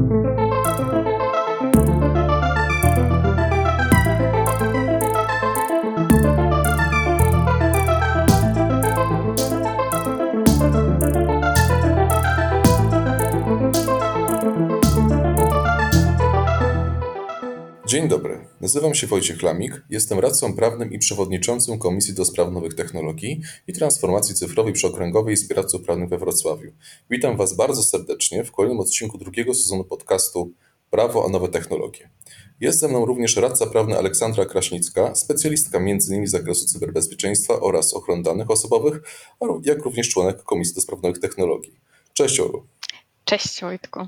Dzień dobry, nazywam się Wojciech Lamik, jestem radcą prawnym i przewodniczącym Komisji do Spraw Nowych Technologii i Transformacji Cyfrowej przy Okręgowej Izbie Radców Prawnych we Wrocławiu. Witam Was bardzo serdecznie w kolejnym odcinku drugiego sezonu podcastu Prawo a nowe technologie. Jest ze mną również radca prawny Aleksandra Kraśnicka, specjalistka m.in. z zakresu cyberbezpieczeństwa oraz ochrony danych osobowych, jak również członek Komisji do Spraw Nowych Technologii. Cześć Olu. Cześć Wojtku.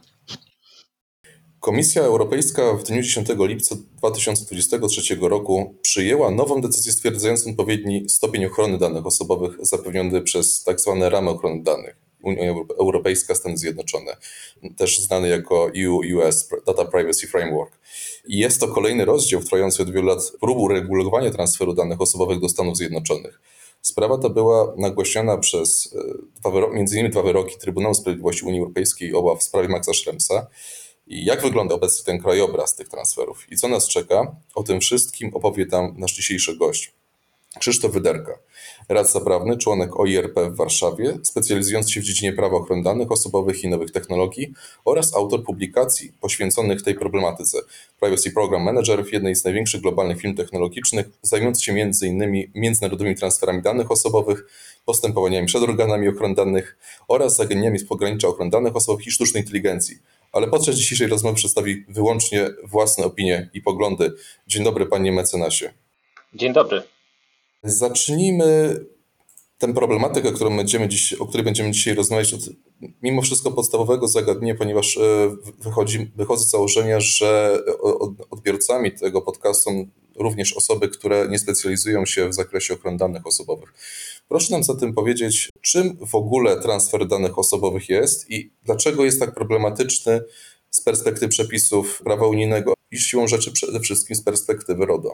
Komisja Europejska w dniu 10 lipca 2023 roku przyjęła nową decyzję stwierdzającą odpowiedni stopień ochrony danych osobowych zapewniony przez tzw. ramy ochrony danych Unia Europejska, Stany Zjednoczone, też znany jako EU-US Data Privacy Framework. I jest to kolejny rozdział trwający od wielu lat prób uregulowania transferu danych osobowych do Stanów Zjednoczonych. Sprawa ta była nagłośniona przez m.in. dwa wyroki Trybunału Sprawiedliwości Unii Europejskiej, oba w sprawie Maxa Schremsa. I jak wygląda obecnie ten krajobraz tych transferów i co nas czeka? O tym wszystkim opowie tam nasz dzisiejszy gość. Krzysztof Wyderka, radca prawny, członek OIRP w Warszawie, specjalizujący się w dziedzinie prawa ochrony danych osobowych i nowych technologii oraz autor publikacji poświęconych tej problematyce. Privacy Program Manager w jednej z największych globalnych firm technologicznych, zajmujący się m.in. międzynarodowymi transferami danych osobowych, postępowaniami przed organami ochrony danych oraz zagadnieniami z pogranicza ochrony danych osobowych i sztucznej inteligencji. Ale podczas dzisiejszej rozmowy przedstawi wyłącznie własne opinie i poglądy. Dzień dobry, panie mecenasie. Dzień dobry. Zacznijmy tę problematykę, o której będziemy dzisiaj rozmawiać, od mimo wszystko podstawowego zagadnienia, ponieważ wychodzę z założenia, że odbiorcami tego podcastu są również osoby, które nie specjalizują się w zakresie ochrony danych osobowych. Proszę nam zatem powiedzieć, czym w ogóle transfer danych osobowych jest i dlaczego jest tak problematyczny z perspektywy przepisów prawa unijnego i siłą rzeczy przede wszystkim z perspektywy RODO.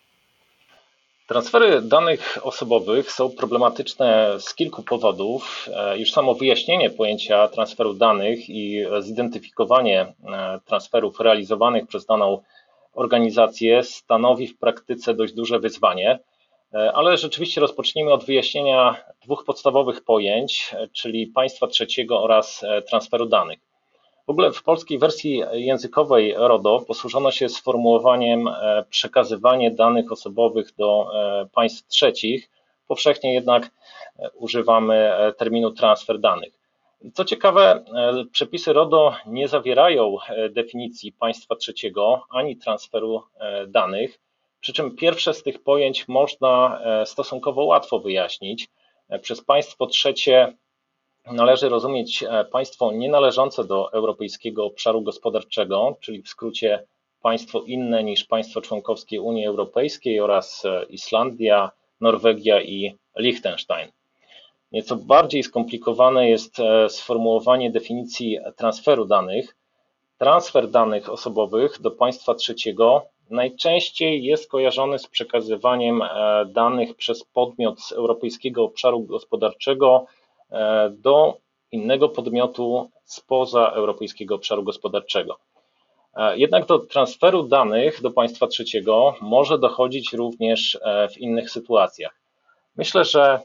Transfery danych osobowych są problematyczne z kilku powodów. Już samo wyjaśnienie pojęcia transferu danych i zidentyfikowanie transferów realizowanych przez daną organizację stanowi w praktyce dość duże wyzwanie, ale rzeczywiście rozpocznijmy od wyjaśnienia dwóch podstawowych pojęć, czyli państwa trzeciego oraz transferu danych. W ogóle w polskiej wersji językowej RODO posłużono się sformułowaniem przekazywanie danych osobowych do państw trzecich. Powszechnie jednak używamy terminu transfer danych. Co ciekawe, przepisy RODO nie zawierają definicji państwa trzeciego ani transferu danych, przy czym pierwsze z tych pojęć można stosunkowo łatwo wyjaśnić. Przez państwo trzecie należy rozumieć państwo nienależące do Europejskiego Obszaru Gospodarczego, czyli w skrócie państwo inne niż państwo członkowskie Unii Europejskiej oraz Islandia, Norwegia i Liechtenstein. Nieco bardziej skomplikowane jest sformułowanie definicji transferu danych. Transfer danych osobowych do państwa trzeciego najczęściej jest kojarzony z przekazywaniem danych przez podmiot z Europejskiego Obszaru Gospodarczego do innego podmiotu spoza Europejskiego Obszaru Gospodarczego. Jednak do transferu danych do państwa trzeciego może dochodzić również w innych sytuacjach. Myślę, że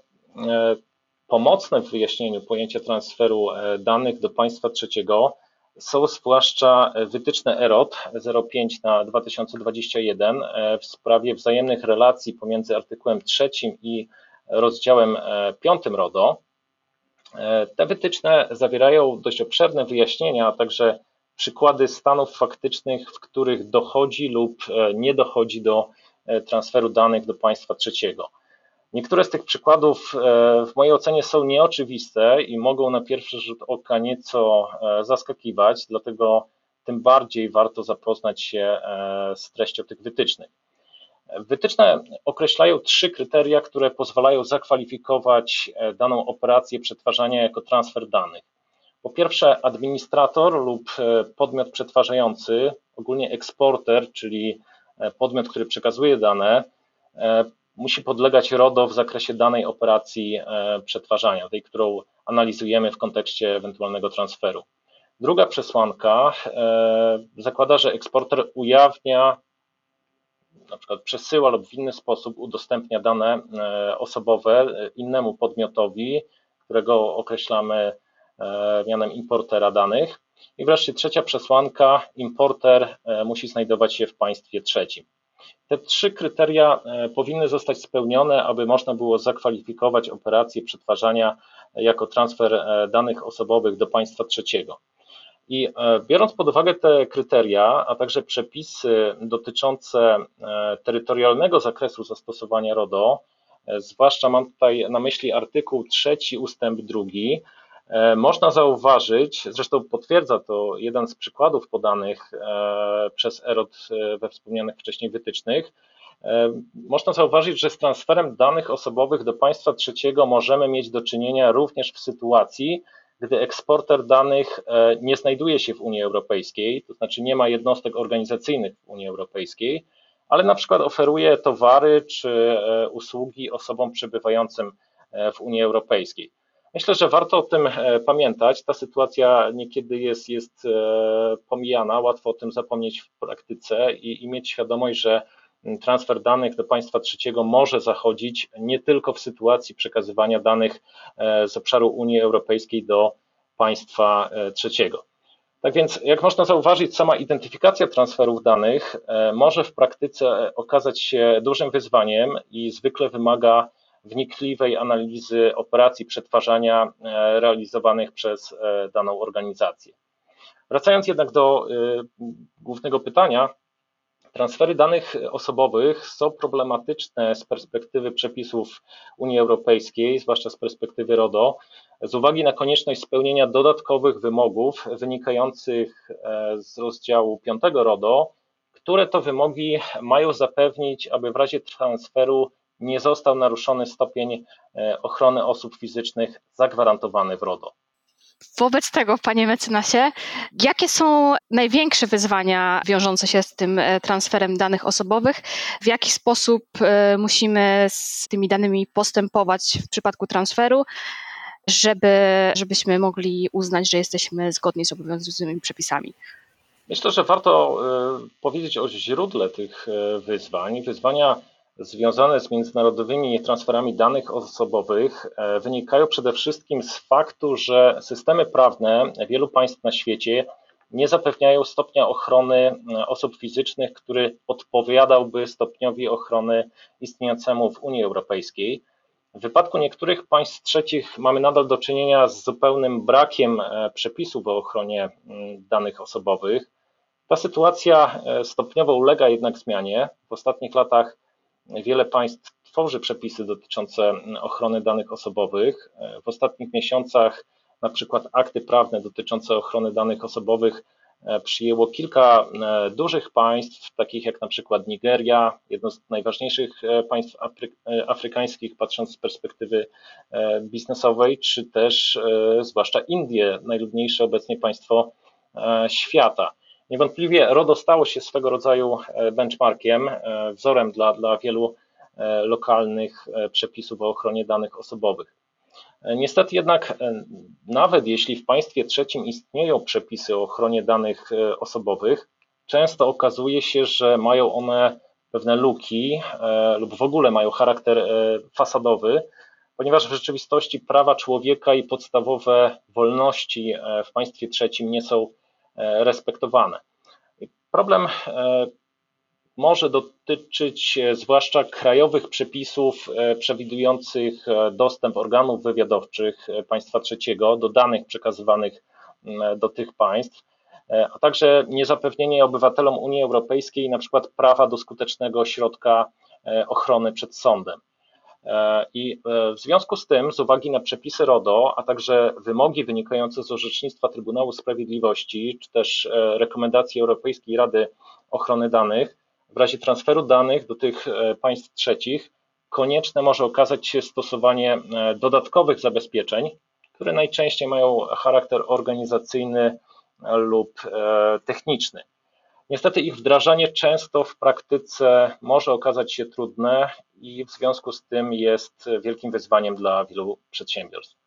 pomocne w wyjaśnieniu pojęcia transferu danych do państwa trzeciego są zwłaszcza wytyczne EROD 05/2021 w sprawie wzajemnych relacji pomiędzy artykułem 3 i rozdziałem 5 RODO. Te wytyczne zawierają dość obszerne wyjaśnienia, a także przykłady stanów faktycznych, w których dochodzi lub nie dochodzi do transferu danych do państwa trzeciego. Niektóre z tych przykładów w mojej ocenie są nieoczywiste i mogą na pierwszy rzut oka nieco zaskakiwać, dlatego tym bardziej warto zapoznać się z treścią tych wytycznych. Wytyczne określają 3 kryteria, które pozwalają zakwalifikować daną operację przetwarzania jako transfer danych. Po pierwsze, administrator lub podmiot przetwarzający, ogólnie eksporter, czyli podmiot, który przekazuje dane, musi podlegać RODO w zakresie danej operacji przetwarzania, tej, którą analizujemy w kontekście ewentualnego transferu. Druga przesłanka zakłada, że eksporter ujawnia, na przykład przesyła lub w inny sposób udostępnia dane osobowe innemu podmiotowi, którego określamy mianem importera danych. I wreszcie trzecia przesłanka, importer musi znajdować się w państwie trzecim. Te trzy kryteria powinny zostać spełnione, aby można było zakwalifikować operację przetwarzania jako transfer danych osobowych do państwa trzeciego. I biorąc pod uwagę te kryteria, a także przepisy dotyczące terytorialnego zakresu zastosowania RODO, zwłaszcza mam tutaj na myśli artykuł 3 ustęp 2, można zauważyć, zresztą potwierdza to jeden z przykładów podanych przez EROD we wspomnianych wcześniej wytycznych, można zauważyć, że z transferem danych osobowych do państwa trzeciego możemy mieć do czynienia również w sytuacji, gdy eksporter danych nie znajduje się w Unii Europejskiej, to znaczy nie ma jednostek organizacyjnych w Unii Europejskiej, ale na przykład oferuje towary czy usługi osobom przebywającym w Unii Europejskiej. Myślę, że warto o tym pamiętać. Ta sytuacja niekiedy jest pomijana, łatwo o tym zapomnieć w praktyce i mieć świadomość, że transfer danych do państwa trzeciego może zachodzić nie tylko w sytuacji przekazywania danych z obszaru Unii Europejskiej do państwa trzeciego. Tak więc, jak można zauważyć, sama identyfikacja transferów danych może w praktyce okazać się dużym wyzwaniem i zwykle wymaga wnikliwej analizy operacji przetwarzania realizowanych przez daną organizację. Wracając jednak do głównego pytania, transfery danych osobowych są problematyczne z perspektywy przepisów Unii Europejskiej, zwłaszcza z perspektywy RODO, z uwagi na konieczność spełnienia dodatkowych wymogów wynikających z rozdziału 5 RODO, które to wymogi mają zapewnić, aby w razie transferu nie został naruszony stopień ochrony osób fizycznych zagwarantowany w RODO. Wobec tego, panie mecenasie, jakie są największe wyzwania wiążące się z tym transferem danych osobowych? W jaki sposób musimy z tymi danymi postępować w przypadku transferu, żebyśmy mogli uznać, że jesteśmy zgodni z obowiązującymi przepisami? Myślę, że warto powiedzieć o źródle tych wyzwań. Wyzwania związane z międzynarodowymi transferami danych osobowych wynikają przede wszystkim z faktu, że systemy prawne wielu państw na świecie nie zapewniają stopnia ochrony osób fizycznych, który odpowiadałby stopniowi ochrony istniejącemu w Unii Europejskiej. W wypadku niektórych państw trzecich mamy nadal do czynienia z zupełnym brakiem przepisów o ochronie danych osobowych. Ta sytuacja stopniowo ulega jednak zmianie. W ostatnich latach wiele państw tworzy przepisy dotyczące ochrony danych osobowych. W ostatnich miesiącach na przykład akty prawne dotyczące ochrony danych osobowych przyjęło kilka dużych państw, takich jak na przykład Nigeria, jedno z najważniejszych państw afrykańskich, patrząc z perspektywy biznesowej, czy też zwłaszcza Indie, najludniejsze obecnie państwo świata. Niewątpliwie RODO stało się swego rodzaju benchmarkiem, wzorem dla wielu lokalnych przepisów o ochronie danych osobowych. Niestety jednak, nawet jeśli w państwie trzecim istnieją przepisy o ochronie danych osobowych, często okazuje się, że mają one pewne luki lub w ogóle mają charakter fasadowy, ponieważ w rzeczywistości prawa człowieka i podstawowe wolności w państwie trzecim nie są respektowane. Problem może dotyczyć zwłaszcza krajowych przepisów przewidujących dostęp organów wywiadowczych państwa trzeciego do danych przekazywanych do tych państw, a także niezapewnienie obywatelom Unii Europejskiej na przykład prawa do skutecznego środka ochrony przed sądem. I w związku z tym, z uwagi na przepisy RODO, a także wymogi wynikające z orzecznictwa Trybunału Sprawiedliwości, czy też rekomendacji Europejskiej Rady Ochrony Danych, w razie transferu danych do tych państw trzecich konieczne może okazać się stosowanie dodatkowych zabezpieczeń, które najczęściej mają charakter organizacyjny lub techniczny. Niestety ich wdrażanie często w praktyce może okazać się trudne i w związku z tym jest wielkim wyzwaniem dla wielu przedsiębiorstw.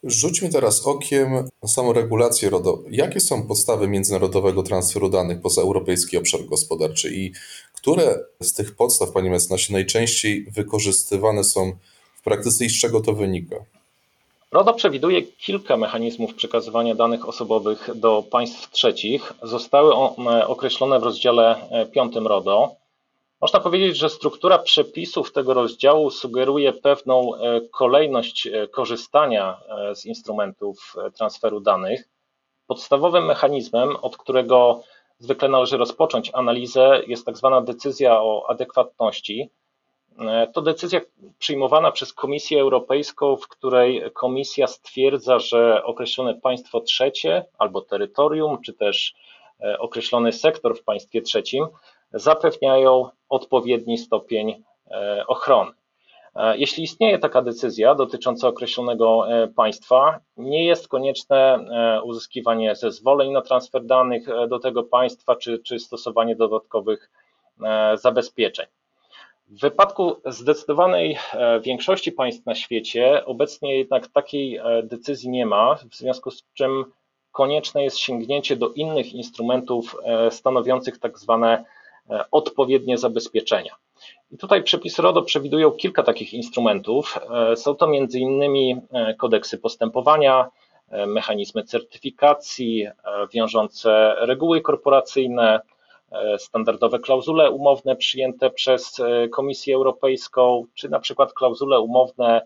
Rzućmy teraz okiem na samą regulację RODO. Jakie są podstawy międzynarodowego transferu danych poza Europejski Obszar Gospodarczy i które z tych podstaw, panie mecenasie, najczęściej wykorzystywane są w praktyce i z czego to wynika? RODO przewiduje kilka mechanizmów przekazywania danych osobowych do państw trzecich. Zostały one określone w rozdziale 5 RODO. Można powiedzieć, że struktura przepisów tego rozdziału sugeruje pewną kolejność korzystania z instrumentów transferu danych. Podstawowym mechanizmem, od którego zwykle należy rozpocząć analizę, jest tak zwana decyzja o adekwatności. To decyzja przyjmowana przez Komisję Europejską, w której Komisja stwierdza, że określone państwo trzecie albo terytorium, czy też określony sektor w państwie trzecim zapewniają odpowiedni stopień ochrony. Jeśli istnieje taka decyzja dotycząca określonego państwa, nie jest konieczne uzyskiwanie zezwoleń na transfer danych do tego państwa, czy stosowanie dodatkowych zabezpieczeń. W wypadku zdecydowanej większości państw na świecie obecnie jednak takiej decyzji nie ma, w związku z czym konieczne jest sięgnięcie do innych instrumentów stanowiących tak zwane odpowiednie zabezpieczenia. I tutaj przepisy RODO przewidują kilka takich instrumentów. Są to m.in. kodeksy postępowania, mechanizmy certyfikacji, wiążące reguły korporacyjne, standardowe klauzule umowne przyjęte przez Komisję Europejską, czy na przykład klauzule umowne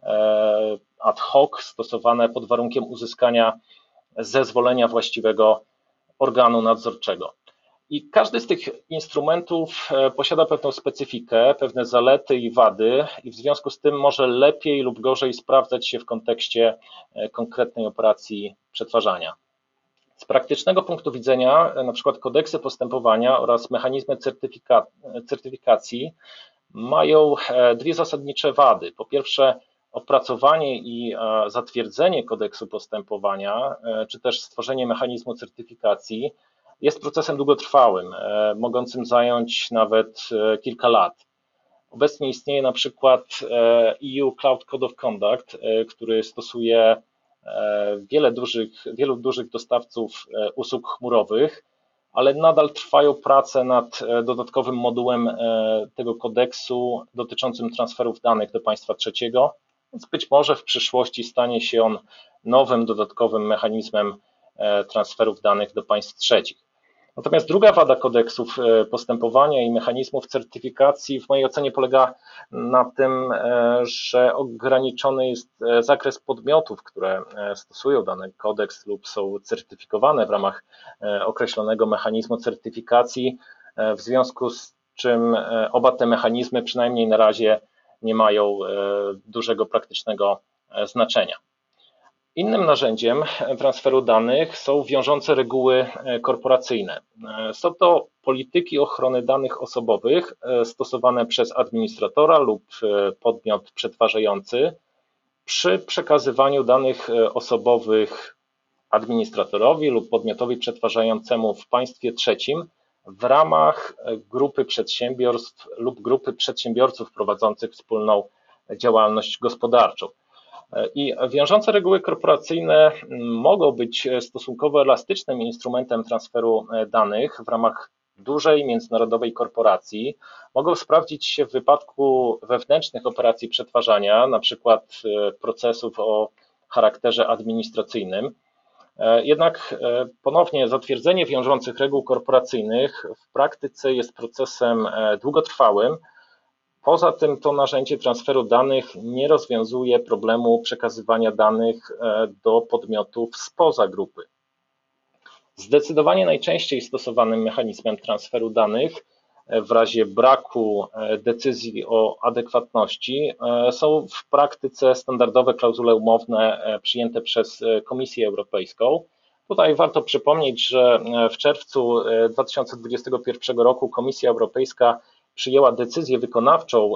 ad hoc stosowane pod warunkiem uzyskania zezwolenia właściwego organu nadzorczego. I każdy z tych instrumentów posiada pewną specyfikę, pewne zalety i wady, i w związku z tym może lepiej lub gorzej sprawdzać się w kontekście konkretnej operacji przetwarzania. Z praktycznego punktu widzenia, na przykład kodeksy postępowania oraz mechanizmy certyfikacji mają dwie zasadnicze wady. Po pierwsze, opracowanie i zatwierdzenie kodeksu postępowania, czy też stworzenie mechanizmu certyfikacji jest procesem długotrwałym, mogącym zająć nawet kilka lat. Obecnie istnieje na przykład EU Cloud Code of Conduct, który stosuje wielu dużych dostawców usług chmurowych, ale nadal trwają prace nad dodatkowym modułem tego kodeksu dotyczącym transferów danych do państwa trzeciego, więc być może w przyszłości stanie się on nowym, dodatkowym mechanizmem transferów danych do państw trzecich. Natomiast druga wada kodeksów postępowania i mechanizmów certyfikacji w mojej ocenie polega na tym, że ograniczony jest zakres podmiotów, które stosują dany kodeks lub są certyfikowane w ramach określonego mechanizmu certyfikacji, w związku z czym oba te mechanizmy przynajmniej na razie nie mają dużego praktycznego znaczenia. Innym narzędziem transferu danych są wiążące reguły korporacyjne. Są to polityki ochrony danych osobowych stosowane przez administratora lub podmiot przetwarzający przy przekazywaniu danych osobowych administratorowi lub podmiotowi przetwarzającemu w państwie trzecim w ramach grupy przedsiębiorstw lub grupy przedsiębiorców prowadzących wspólną działalność gospodarczą. I wiążące reguły korporacyjne mogą być stosunkowo elastycznym instrumentem transferu danych w ramach dużej międzynarodowej korporacji. Mogą sprawdzić się w wypadku wewnętrznych operacji przetwarzania, na przykład procesów o charakterze administracyjnym. Jednak ponownie zatwierdzenie wiążących reguł korporacyjnych w praktyce jest procesem długotrwałym. Poza tym to narzędzie transferu danych nie rozwiązuje problemu przekazywania danych do podmiotów spoza grupy. Zdecydowanie najczęściej stosowanym mechanizmem transferu danych w razie braku decyzji o adekwatności są w praktyce standardowe klauzule umowne przyjęte przez Komisję Europejską. Tutaj warto przypomnieć, że w czerwcu 2021 roku Komisja Europejska przyjęła decyzję wykonawczą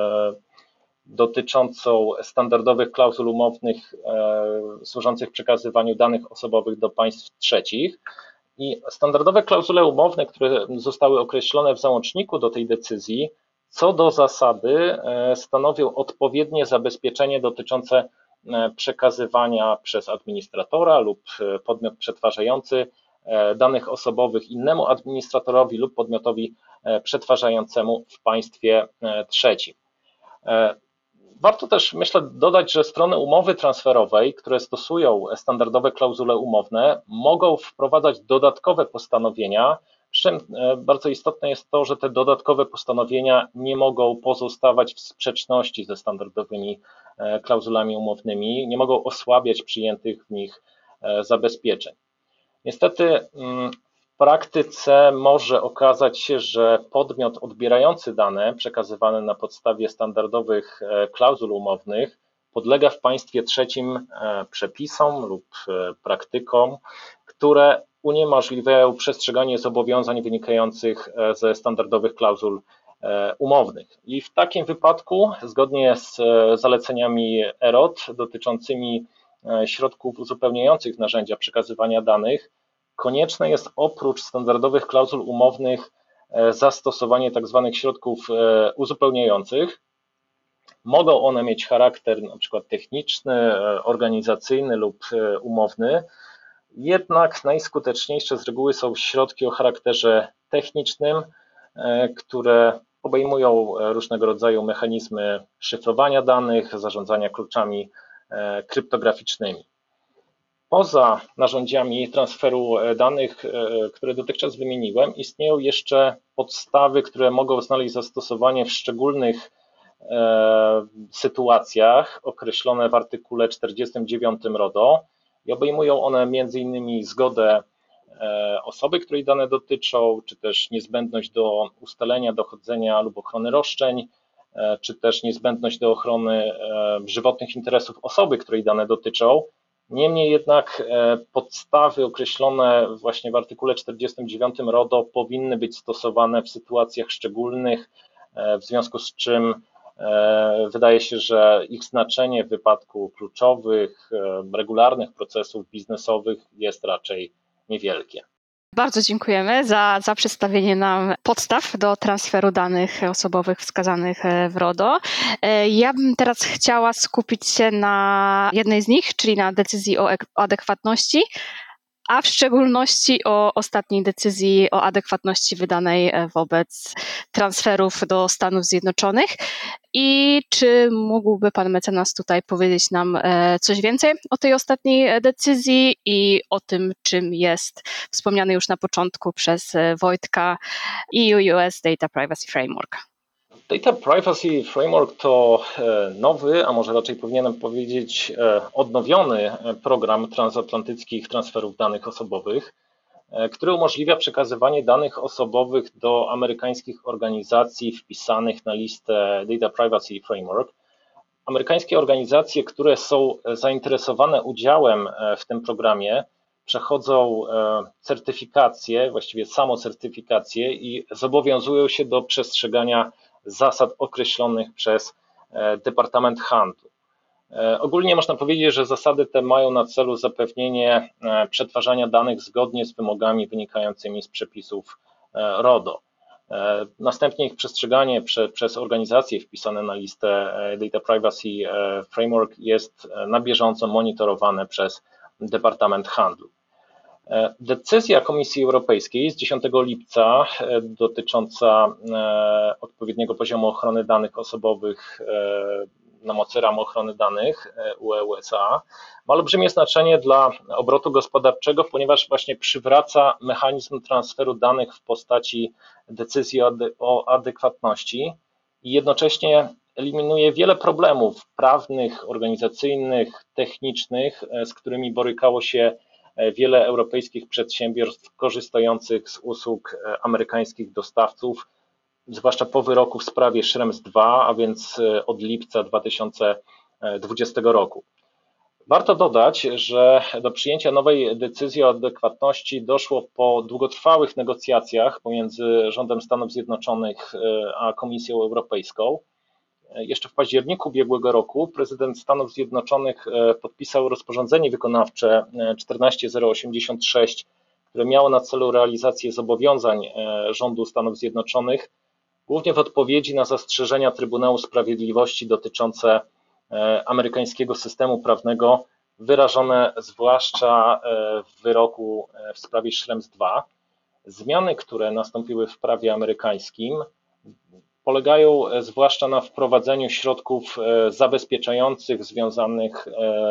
dotyczącą standardowych klauzul umownych służących przekazywaniu danych osobowych do państw trzecich. I standardowe klauzule umowne, które zostały określone w załączniku do tej decyzji, co do zasady stanowią odpowiednie zabezpieczenie dotyczące przekazywania przez administratora lub podmiot przetwarzający danych osobowych innemu administratorowi lub podmiotowi przetwarzającemu w państwie trzecim. Warto też, myślę, dodać, że strony umowy transferowej, które stosują standardowe klauzule umowne, mogą wprowadzać dodatkowe postanowienia, przy czym bardzo istotne jest to, że te dodatkowe postanowienia nie mogą pozostawać w sprzeczności ze standardowymi klauzulami umownymi, nie mogą osłabiać przyjętych w nich zabezpieczeń. Niestety w praktyce może okazać się, że podmiot odbierający dane przekazywane na podstawie standardowych klauzul umownych podlega w państwie trzecim przepisom lub praktykom, które uniemożliwiają przestrzeganie zobowiązań wynikających ze standardowych klauzul umownych. I w takim wypadku, zgodnie z zaleceniami EROT dotyczącymi środków uzupełniających narzędzia przekazywania danych, konieczne jest oprócz standardowych klauzul umownych zastosowanie tzw. środków uzupełniających. Mogą one mieć charakter np. techniczny, organizacyjny lub umowny, jednak najskuteczniejsze z reguły są środki o charakterze technicznym, które obejmują różnego rodzaju mechanizmy szyfrowania danych, zarządzania kluczami kryptograficznymi. Poza narzędziami transferu danych, które dotychczas wymieniłem, istnieją jeszcze podstawy, które mogą znaleźć zastosowanie w szczególnych sytuacjach określone w artykule 49 RODO i obejmują one m.in. zgodę osoby, której dane dotyczą, czy też niezbędność do ustalenia, dochodzenia lub ochrony roszczeń, czy też niezbędność do ochrony żywotnych interesów osoby, której dane dotyczą. Niemniej jednak podstawy określone właśnie w artykule 49 RODO powinny być stosowane w sytuacjach szczególnych, w związku z czym wydaje się, że ich znaczenie w wypadku kluczowych, regularnych procesów biznesowych jest raczej niewielkie. Bardzo dziękujemy za przedstawienie nam podstaw do transferu danych osobowych wskazanych w RODO. Ja bym teraz chciała skupić się na jednej z nich, czyli na decyzji o adekwatności, a w szczególności o ostatniej decyzji o adekwatności wydanej wobec transferów do Stanów Zjednoczonych. I czy mógłby pan mecenas tutaj powiedzieć nam coś więcej o tej ostatniej decyzji i o tym, czym jest wspomniany już na początku przez Wojtka EU-US Data Privacy Framework? Data Privacy Framework to nowy, a może raczej powinienem powiedzieć odnowiony program transatlantyckich transferów danych osobowych, który umożliwia przekazywanie danych osobowych do amerykańskich organizacji wpisanych na listę Data Privacy Framework. Amerykańskie organizacje, które są zainteresowane udziałem w tym programie, przechodzą certyfikację, właściwie samocertyfikację i zobowiązują się do przestrzegania zasad określonych przez Departament Handlu. Ogólnie można powiedzieć, że zasady te mają na celu zapewnienie przetwarzania danych zgodnie z wymogami wynikającymi z przepisów RODO. Następnie ich przestrzeganie przez organizacje wpisane na listę Data Privacy Framework jest na bieżąco monitorowane przez Departament Handlu. Decyzja Komisji Europejskiej z 10 lipca dotycząca odpowiedniego poziomu ochrony danych osobowych na mocy ram ochrony danych UE-USA ma olbrzymie znaczenie dla obrotu gospodarczego, ponieważ właśnie przywraca mechanizm transferu danych w postaci decyzji o adekwatności i jednocześnie eliminuje wiele problemów prawnych, organizacyjnych, technicznych, z którymi borykało się wiele europejskich przedsiębiorstw korzystających z usług amerykańskich dostawców, zwłaszcza po wyroku w sprawie Schrems II, a więc od lipca 2020 roku. Warto dodać, że do przyjęcia nowej decyzji o adekwatności doszło po długotrwałych negocjacjach pomiędzy rządem Stanów Zjednoczonych a Komisją Europejską. Jeszcze w październiku ubiegłego roku prezydent Stanów Zjednoczonych podpisał rozporządzenie wykonawcze 14086, które miało na celu realizację zobowiązań rządu Stanów Zjednoczonych, głównie w odpowiedzi na zastrzeżenia Trybunału Sprawiedliwości dotyczące amerykańskiego systemu prawnego, wyrażone zwłaszcza w wyroku w sprawie Schrems II. Zmiany, które nastąpiły w prawie amerykańskim, polegają zwłaszcza na wprowadzeniu środków zabezpieczających związanych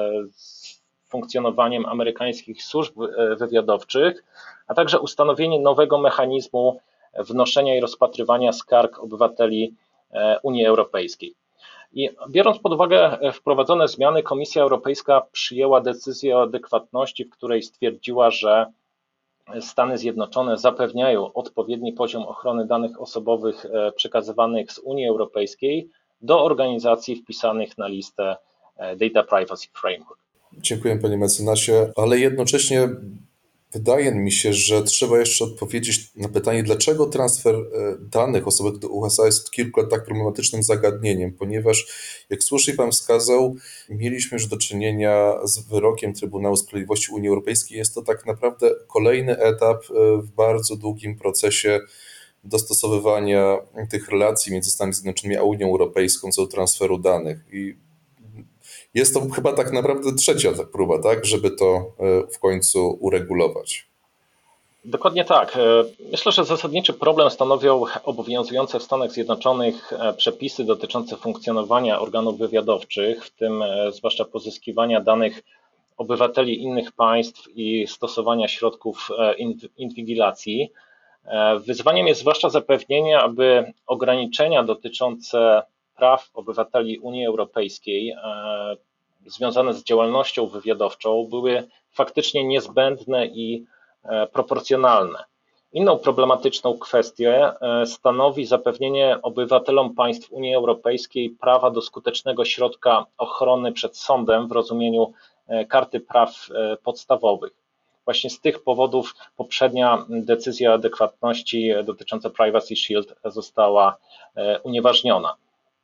z funkcjonowaniem amerykańskich służb wywiadowczych, a także ustanowienie nowego mechanizmu wnoszenia i rozpatrywania skarg obywateli Unii Europejskiej. I biorąc pod uwagę wprowadzone zmiany, Komisja Europejska przyjęła decyzję o adekwatności, w której stwierdziła, że Stany Zjednoczone zapewniają odpowiedni poziom ochrony danych osobowych przekazywanych z Unii Europejskiej do organizacji wpisanych na listę Data Privacy Framework. Dziękuję panie mecenasie, ale jednocześnie wydaje mi się, że trzeba jeszcze odpowiedzieć na pytanie, dlaczego transfer danych osobowych do USA jest od kilku lat tak problematycznym zagadnieniem, ponieważ jak słusznie pan wskazał, mieliśmy już do czynienia z wyrokiem Trybunału Sprawiedliwości Unii Europejskiej. Jest to tak naprawdę kolejny etap w bardzo długim procesie dostosowywania tych relacji między Stanami Zjednoczonymi a Unią Europejską co do transferu danych. I jest to chyba tak naprawdę trzecia próba, tak, żeby to w końcu uregulować. Dokładnie tak. Myślę, że zasadniczy problem stanowią obowiązujące w Stanach Zjednoczonych przepisy dotyczące funkcjonowania organów wywiadowczych, w tym zwłaszcza pozyskiwania danych obywateli innych państw i stosowania środków inwigilacji. Wyzwaniem jest zwłaszcza zapewnienie, aby ograniczenia dotyczące praw obywateli Unii Europejskiej związane z działalnością wywiadowczą były faktycznie niezbędne i proporcjonalne. Inną problematyczną kwestię stanowi zapewnienie obywatelom państw Unii Europejskiej prawa do skutecznego środka ochrony przed sądem w rozumieniu Karty Praw Podstawowych. Właśnie z tych powodów poprzednia decyzja adekwatności dotycząca Privacy Shield została unieważniona.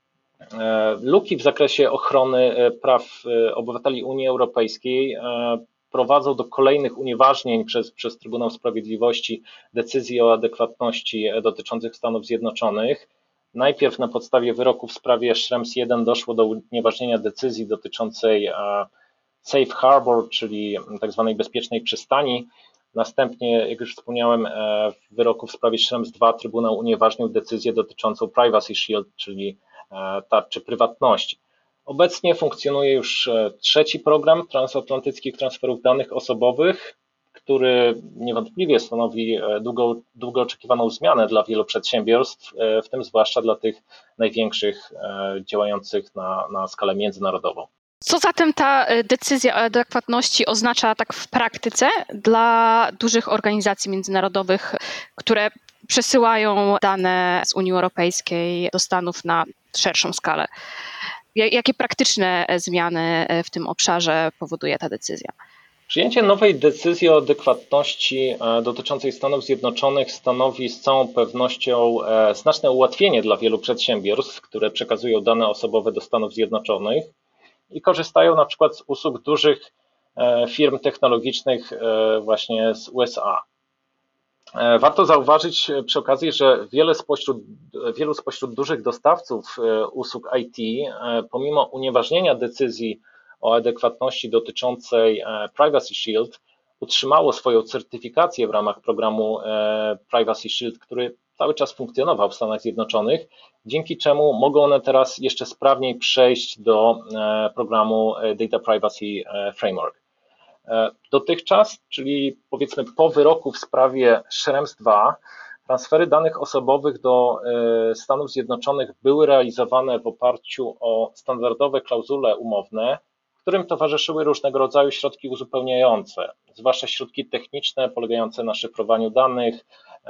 Luki w zakresie ochrony praw obywateli Unii Europejskiej prowadzą do kolejnych unieważnień przez Trybunał Sprawiedliwości decyzji o adekwatności dotyczących Stanów Zjednoczonych. Najpierw na podstawie wyroku w sprawie Schrems I doszło do unieważnienia decyzji dotyczącej Safe Harbor, czyli tak zwanej bezpiecznej przystani. Następnie, jak już wspomniałem, w wyroku w sprawie Schrems II Trybunał unieważnił decyzję dotyczącą Privacy Shield, czyli tarczy prywatności. Obecnie funkcjonuje już trzeci program transatlantyckich transferów danych osobowych, który niewątpliwie stanowi długo oczekiwaną zmianę dla wielu przedsiębiorstw, w tym zwłaszcza dla tych największych działających na skalę międzynarodową. Co zatem ta decyzja o adekwatności oznacza tak w praktyce dla dużych organizacji międzynarodowych, które przesyłają dane z Unii Europejskiej do Stanów na szerszą skalę? Jakie praktyczne zmiany w tym obszarze powoduje ta decyzja? Przyjęcie nowej decyzji o adekwatności dotyczącej Stanów Zjednoczonych stanowi z całą pewnością znaczne ułatwienie dla wielu przedsiębiorstw, które przekazują dane osobowe do Stanów Zjednoczonych i korzystają na przykład z usług dużych firm technologicznych właśnie z USA. Warto zauważyć przy okazji, że wielu spośród dużych dostawców usług IT, pomimo unieważnienia decyzji o adekwatności dotyczącej Privacy Shield, utrzymało swoją certyfikację w ramach programu Privacy Shield, który cały czas funkcjonował w Stanach Zjednoczonych, dzięki czemu mogą one teraz jeszcze sprawniej przejść do programu Data Privacy Framework. Dotychczas, czyli powiedzmy po wyroku w sprawie Schrems II, transfery danych osobowych do Stanów Zjednoczonych były realizowane w oparciu o standardowe klauzule umowne, którym towarzyszyły różnego rodzaju środki uzupełniające, zwłaszcza środki techniczne polegające na szyfrowaniu danych,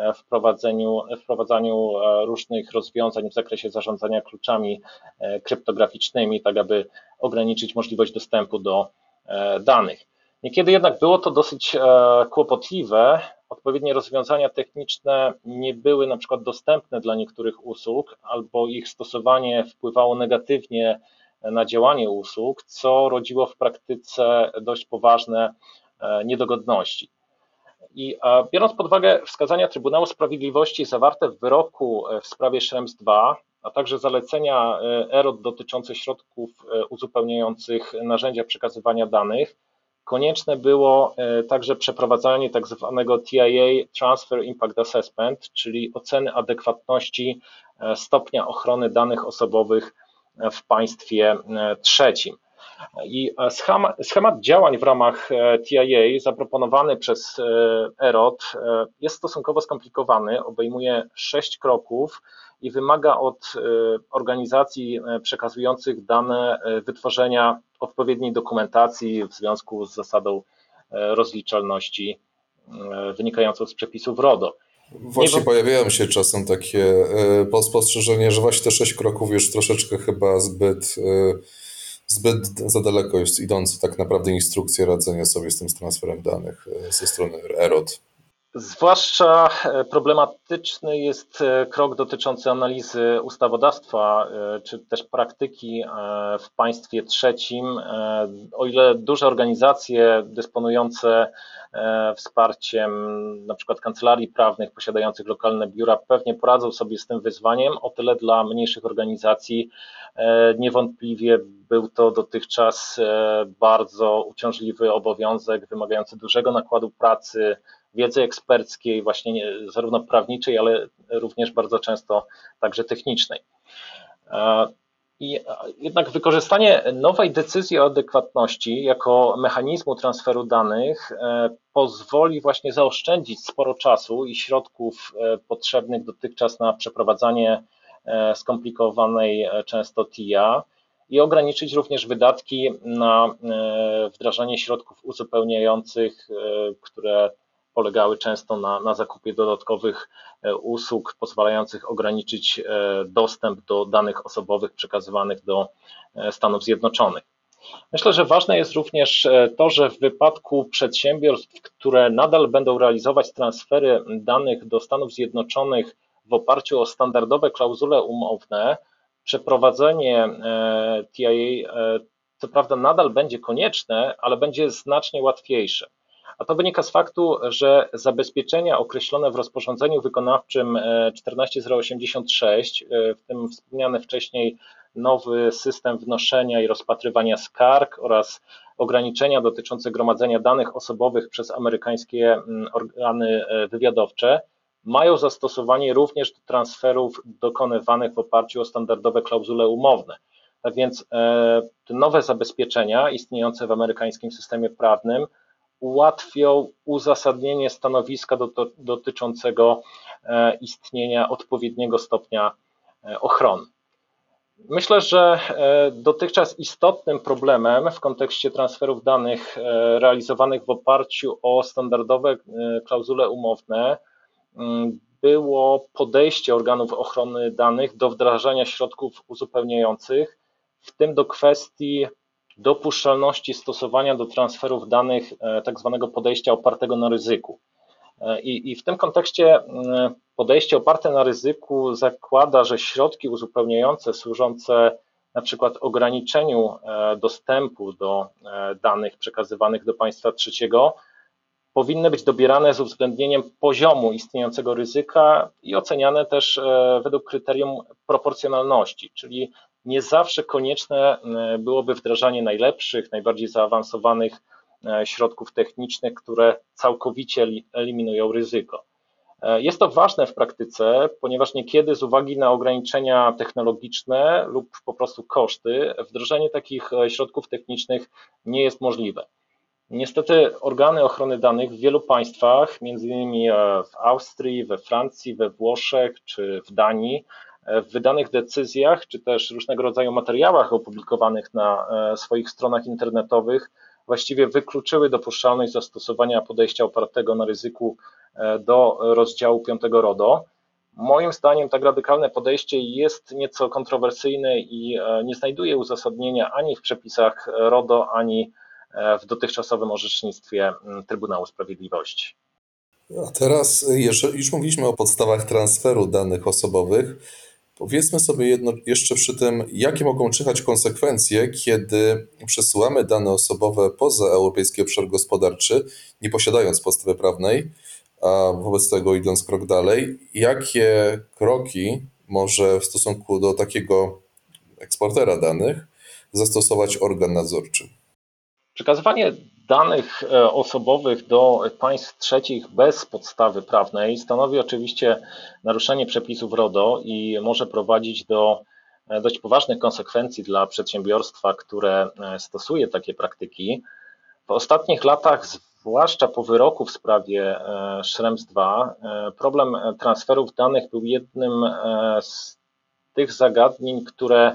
wprowadzaniu różnych rozwiązań w zakresie zarządzania kluczami kryptograficznymi, tak aby ograniczyć możliwość dostępu do danych. Niekiedy jednak było to dosyć kłopotliwe. Odpowiednie rozwiązania techniczne nie były na przykład dostępne dla niektórych usług, albo ich stosowanie wpływało negatywnie na działanie usług, co rodziło w praktyce dość poważne niedogodności. I biorąc pod uwagę wskazania Trybunału Sprawiedliwości zawarte w wyroku w sprawie Schrems II, a także zalecenia EROT dotyczące środków uzupełniających narzędzia przekazywania danych, konieczne było także przeprowadzanie tak zwanego TIA, Transfer Impact Assessment, czyli oceny adekwatności stopnia ochrony danych osobowych w państwie trzecim. I schemat działań w ramach TIA zaproponowany przez EROT jest stosunkowo skomplikowany, obejmuje 6 kroków i wymaga od organizacji przekazujących dane wytworzenia odpowiedniej dokumentacji w związku z zasadą rozliczalności wynikającą z przepisów RODO. Właśnie pojawiają się czasem takie spostrzeżenia, że właśnie te 6 kroków już troszeczkę chyba zbyt za daleko jest idące tak naprawdę instrukcje radzenia sobie z tym transferem danych ze strony EROT. Zwłaszcza problematyczny jest krok dotyczący analizy ustawodawstwa czy też praktyki w państwie trzecim. O ile duże organizacje dysponujące wsparciem na przykład kancelarii prawnych, posiadających lokalne biura pewnie poradzą sobie z tym wyzwaniem, o tyle dla mniejszych organizacji niewątpliwie był to dotychczas bardzo uciążliwy obowiązek, wymagający dużego nakładu pracy, wiedzy eksperckiej, właśnie zarówno prawniczej, ale również bardzo często także technicznej. I jednak wykorzystanie nowej decyzji o adekwatności jako mechanizmu transferu danych pozwoli właśnie zaoszczędzić sporo czasu i środków potrzebnych dotychczas na przeprowadzanie skomplikowanej często TIA i ograniczyć również wydatki na wdrażanie środków uzupełniających, które polegały często na zakupie dodatkowych usług pozwalających ograniczyć dostęp do danych osobowych przekazywanych do Stanów Zjednoczonych. Myślę, że ważne jest również to, że w wypadku przedsiębiorstw, które nadal będą realizować transfery danych do Stanów Zjednoczonych w oparciu o standardowe klauzule umowne, przeprowadzenie TIA co prawda nadal będzie konieczne, ale będzie znacznie łatwiejsze. A to wynika z faktu, że zabezpieczenia określone w rozporządzeniu wykonawczym 14086, w tym wspomniany wcześniej nowy system wnoszenia i rozpatrywania skarg oraz ograniczenia dotyczące gromadzenia danych osobowych przez amerykańskie organy wywiadowcze, mają zastosowanie również do transferów dokonywanych w oparciu o standardowe klauzule umowne. Tak więc te nowe zabezpieczenia istniejące w amerykańskim systemie prawnym ułatwią uzasadnienie stanowiska dotyczącego istnienia odpowiedniego stopnia ochrony. Myślę, że dotychczas istotnym problemem w kontekście transferów danych realizowanych w oparciu o standardowe klauzule umowne było podejście organów ochrony danych do wdrażania środków uzupełniających, w tym do kwestii dopuszczalności stosowania do transferów danych tak zwanego podejścia opartego na ryzyku. I w tym kontekście podejście oparte na ryzyku zakłada, że środki uzupełniające służące na przykład ograniczeniu dostępu do danych przekazywanych do państwa trzeciego powinny być dobierane z uwzględnieniem poziomu istniejącego ryzyka i oceniane też według kryterium proporcjonalności, czyli nie zawsze konieczne byłoby wdrażanie najlepszych, najbardziej zaawansowanych środków technicznych, które całkowicie eliminują ryzyko. Jest to ważne w praktyce, ponieważ niekiedy z uwagi na ograniczenia technologiczne lub po prostu koszty, wdrożenie takich środków technicznych nie jest możliwe. Niestety organy ochrony danych w wielu państwach, m.in. w Austrii, we Francji, we Włoszech czy w Danii, w wydanych decyzjach czy też różnego rodzaju materiałach opublikowanych na swoich stronach internetowych właściwie wykluczyły dopuszczalność zastosowania podejścia opartego na ryzyku do rozdziału 5 RODO. Moim zdaniem tak radykalne podejście jest nieco kontrowersyjne i nie znajduje uzasadnienia ani w przepisach RODO, ani w dotychczasowym orzecznictwie Trybunału Sprawiedliwości. A teraz, jeżeli już mówiliśmy o podstawach transferu danych osobowych, powiedzmy sobie jeszcze przy tym, jakie mogą czyhać konsekwencje, kiedy przesyłamy dane osobowe poza Europejski Obszar Gospodarczy, nie posiadając podstawy prawnej, a wobec tego idąc krok dalej, jakie kroki może w stosunku do takiego eksportera danych zastosować organ nadzorczy? Przekazywanie danych osobowych do państw trzecich bez podstawy prawnej stanowi oczywiście naruszenie przepisów RODO i może prowadzić do dość poważnych konsekwencji dla przedsiębiorstwa, które stosuje takie praktyki. W ostatnich latach, zwłaszcza po wyroku w sprawie Schrems II, problem transferów danych był jednym z tych zagadnień, które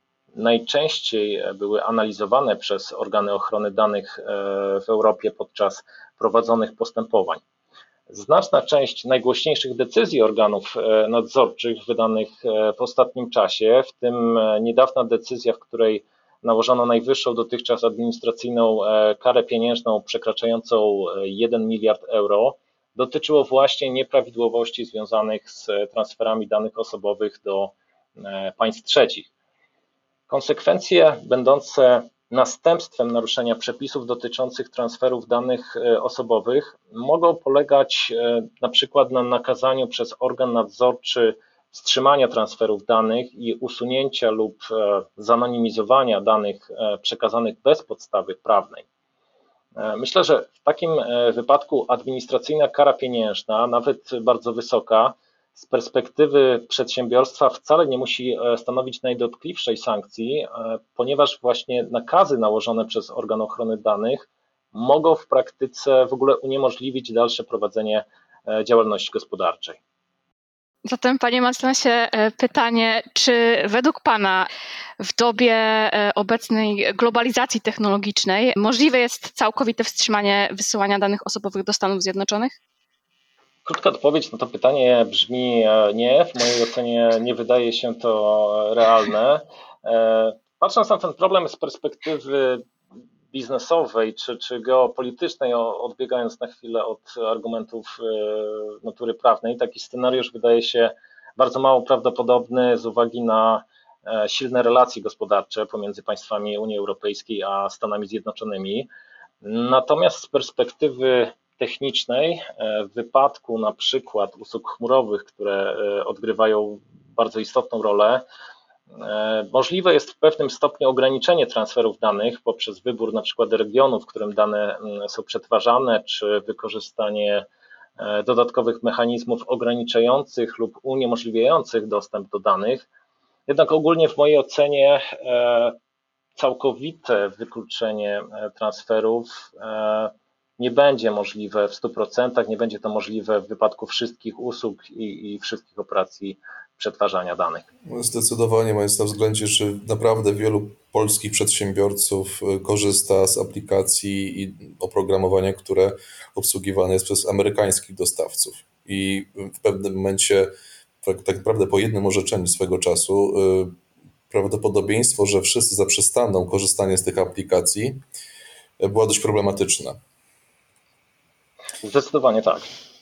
najczęściej były analizowane przez organy ochrony danych w Europie podczas prowadzonych postępowań. Znaczna część najgłośniejszych decyzji organów nadzorczych wydanych w ostatnim czasie, w tym niedawna decyzja, w której nałożono najwyższą dotychczas administracyjną karę pieniężną przekraczającą 1 miliard euro, dotyczyło właśnie nieprawidłowości związanych z transferami danych osobowych do państw trzecich. Konsekwencje będące następstwem naruszenia przepisów dotyczących transferów danych osobowych mogą polegać na przykład na nakazaniu przez organ nadzorczy wstrzymania transferów danych i usunięcia lub zanonimizowania danych przekazanych bez podstawy prawnej. Myślę, że w takim wypadku administracyjna kara pieniężna, nawet bardzo wysoka, z perspektywy przedsiębiorstwa wcale nie musi stanowić najdotkliwszej sankcji, ponieważ właśnie nakazy nałożone przez organ ochrony danych mogą w praktyce w ogóle uniemożliwić dalsze prowadzenie działalności gospodarczej. Zatem, panie mecenasie, pytanie, czy według pana w dobie obecnej globalizacji technologicznej możliwe jest całkowite wstrzymanie wysyłania danych osobowych do Stanów Zjednoczonych? Krótka odpowiedź na to pytanie brzmi nie. W mojej ocenie nie wydaje się to realne. Patrząc na ten problem z perspektywy biznesowej czy geopolitycznej, odbiegając na chwilę od argumentów natury prawnej, taki scenariusz wydaje się bardzo mało prawdopodobny z uwagi na silne relacje gospodarcze pomiędzy państwami Unii Europejskiej a Stanami Zjednoczonymi. Natomiast z perspektywy technicznej, w wypadku na przykład usług chmurowych, które odgrywają bardzo istotną rolę, możliwe jest w pewnym stopniu ograniczenie transferów danych poprzez wybór na przykład regionu, w którym dane są przetwarzane, czy wykorzystanie dodatkowych mechanizmów ograniczających lub uniemożliwiających dostęp do danych. Jednak ogólnie w mojej ocenie całkowite wykluczenie transferów nie będzie możliwe w 100%, nie będzie to możliwe w wypadku wszystkich usług i wszystkich operacji przetwarzania danych. Zdecydowanie, mając na względzie, że naprawdę wielu polskich przedsiębiorców korzysta z aplikacji i oprogramowania, które obsługiwane jest przez amerykańskich dostawców. I w pewnym momencie, tak naprawdę po jednym orzeczeniu swego czasu, prawdopodobieństwo, że wszyscy zaprzestaną korzystania z tych aplikacji, była dość problematyczna. Zdecydowanie tak.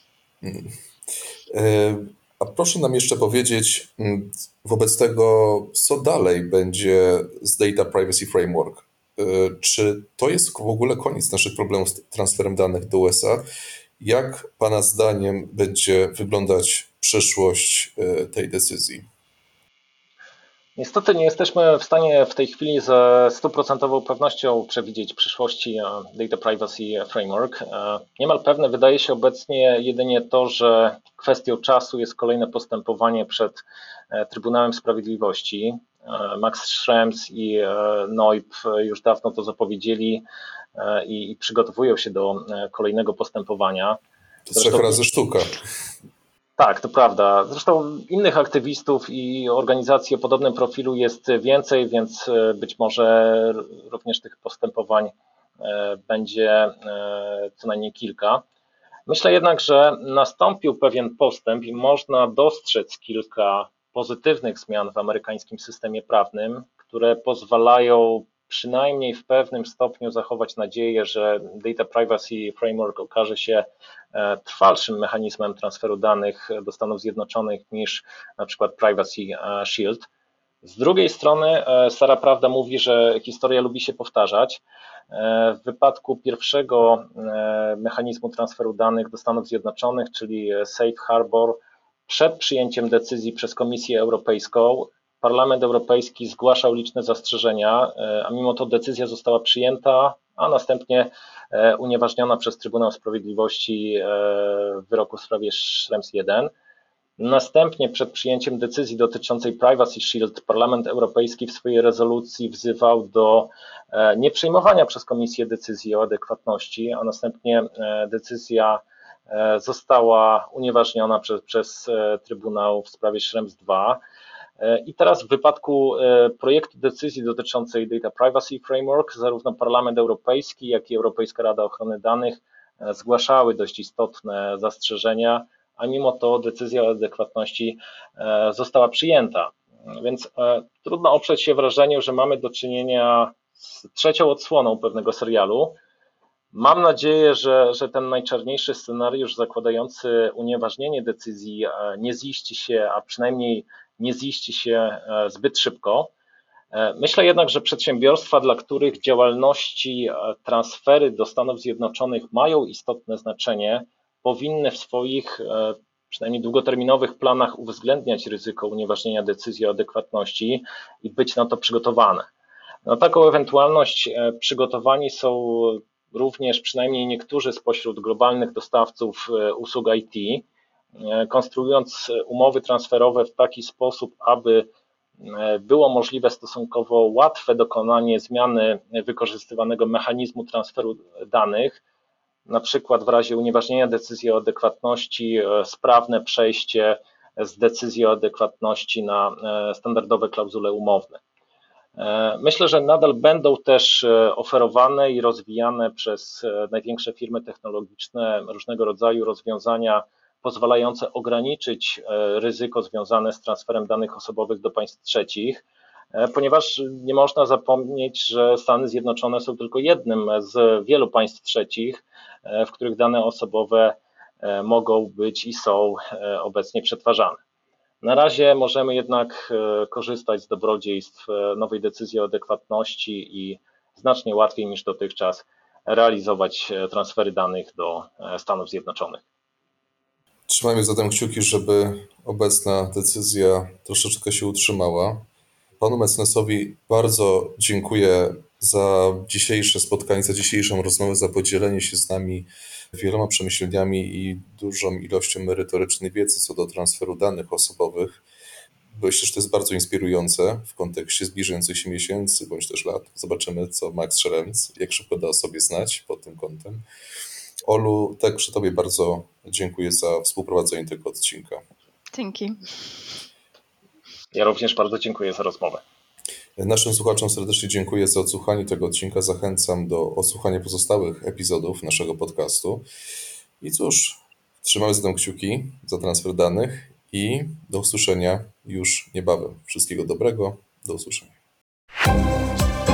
A proszę nam jeszcze powiedzieć wobec tego, co dalej będzie z Data Privacy Framework. Czy to jest w ogóle koniec naszych problemów z transferem danych do USA? Jak pana zdaniem będzie wyglądać przyszłość tej decyzji? Niestety nie jesteśmy w stanie w tej chwili ze 100% pewnością przewidzieć przyszłości Data Privacy Framework. Niemal pewne wydaje się obecnie jedynie to, że kwestią czasu jest kolejne postępowanie przed Trybunałem Sprawiedliwości. Max Schrems i Noip już dawno to zapowiedzieli i przygotowują się do kolejnego postępowania. To 3 razy sztuka. Tak, to prawda. Zresztą innych aktywistów i organizacji o podobnym profilu jest więcej, więc być może również tych postępowań będzie co najmniej kilka. Myślę jednak, że nastąpił pewien postęp i można dostrzec kilka pozytywnych zmian w amerykańskim systemie prawnym, które pozwalają przynajmniej w pewnym stopniu zachować nadzieję, że Data Privacy Framework okaże się trwalszym mechanizmem transferu danych do Stanów Zjednoczonych niż na przykład Privacy Shield. Z drugiej strony stara prawda mówi, że historia lubi się powtarzać. W wypadku pierwszego mechanizmu transferu danych do Stanów Zjednoczonych, czyli Safe Harbor, Przed przyjęciem decyzji przez Komisję Europejską Parlament Europejski zgłaszał liczne zastrzeżenia, a mimo to decyzja została przyjęta, a następnie unieważniona przez Trybunał Sprawiedliwości w wyroku w sprawie Schrems I. Następnie przed przyjęciem decyzji dotyczącej Privacy Shield Parlament Europejski w swojej rezolucji wzywał do nieprzyjmowania przez Komisję decyzji o adekwatności, a następnie decyzja została unieważniona przez Trybunał w sprawie Schrems II. I teraz w wypadku projektu decyzji dotyczącej Data Privacy Framework zarówno Parlament Europejski, jak i Europejska Rada Ochrony Danych zgłaszały dość istotne zastrzeżenia, a mimo to decyzja o adekwatności została przyjęta. Więc trudno oprzeć się wrażeniu, że mamy do czynienia z trzecią odsłoną pewnego serialu. Mam nadzieję, że ten najczarniejszy scenariusz zakładający unieważnienie decyzji nie ziści się, a przynajmniej nie ziści się zbyt szybko. Myślę jednak, że przedsiębiorstwa, dla których działalności transfery do Stanów Zjednoczonych mają istotne znaczenie, powinny w swoich przynajmniej długoterminowych planach uwzględniać ryzyko unieważnienia decyzji o adekwatności i być na to przygotowane. Na taką ewentualność przygotowani są również przynajmniej niektórzy spośród globalnych dostawców usług IT, konstruując umowy transferowe w taki sposób, aby było możliwe stosunkowo łatwe dokonanie zmiany wykorzystywanego mechanizmu transferu danych, na przykład w razie unieważnienia decyzji o adekwatności, sprawne przejście z decyzji o adekwatności na standardowe klauzule umowne. Myślę, że nadal będą też oferowane i rozwijane przez największe firmy technologiczne różnego rodzaju rozwiązania pozwalające ograniczyć ryzyko związane z transferem danych osobowych do państw trzecich, ponieważ nie można zapomnieć, że Stany Zjednoczone są tylko jednym z wielu państw trzecich, w których dane osobowe mogą być i są obecnie przetwarzane. Na razie możemy jednak korzystać z dobrodziejstw nowej decyzji o adekwatności i znacznie łatwiej niż dotychczas realizować transfery danych do Stanów Zjednoczonych. Trzymajmy zatem kciuki, żeby obecna decyzja troszeczkę się utrzymała. Panu mecenasowi bardzo dziękuję za dzisiejsze spotkanie, za dzisiejszą rozmowę, za podzielenie się z nami wieloma przemyśleniami i dużą ilością merytorycznej wiedzy co do transferu danych osobowych. Myślę, że to jest bardzo inspirujące w kontekście zbliżających się miesięcy bądź też lat. Zobaczymy, co Max Schrems, jak szybko da o sobie znać pod tym kątem. Olu, także Tobie bardzo dziękuję za współprowadzenie tego odcinka. Dzięki. Ja również bardzo dziękuję za rozmowę. Naszym słuchaczom serdecznie dziękuję za odsłuchanie tego odcinka. Zachęcam do odsłuchania pozostałych epizodów naszego podcastu. I cóż, trzymamy zatem kciuki za transfer danych i do usłyszenia już niebawem. Wszystkiego dobrego, do usłyszenia.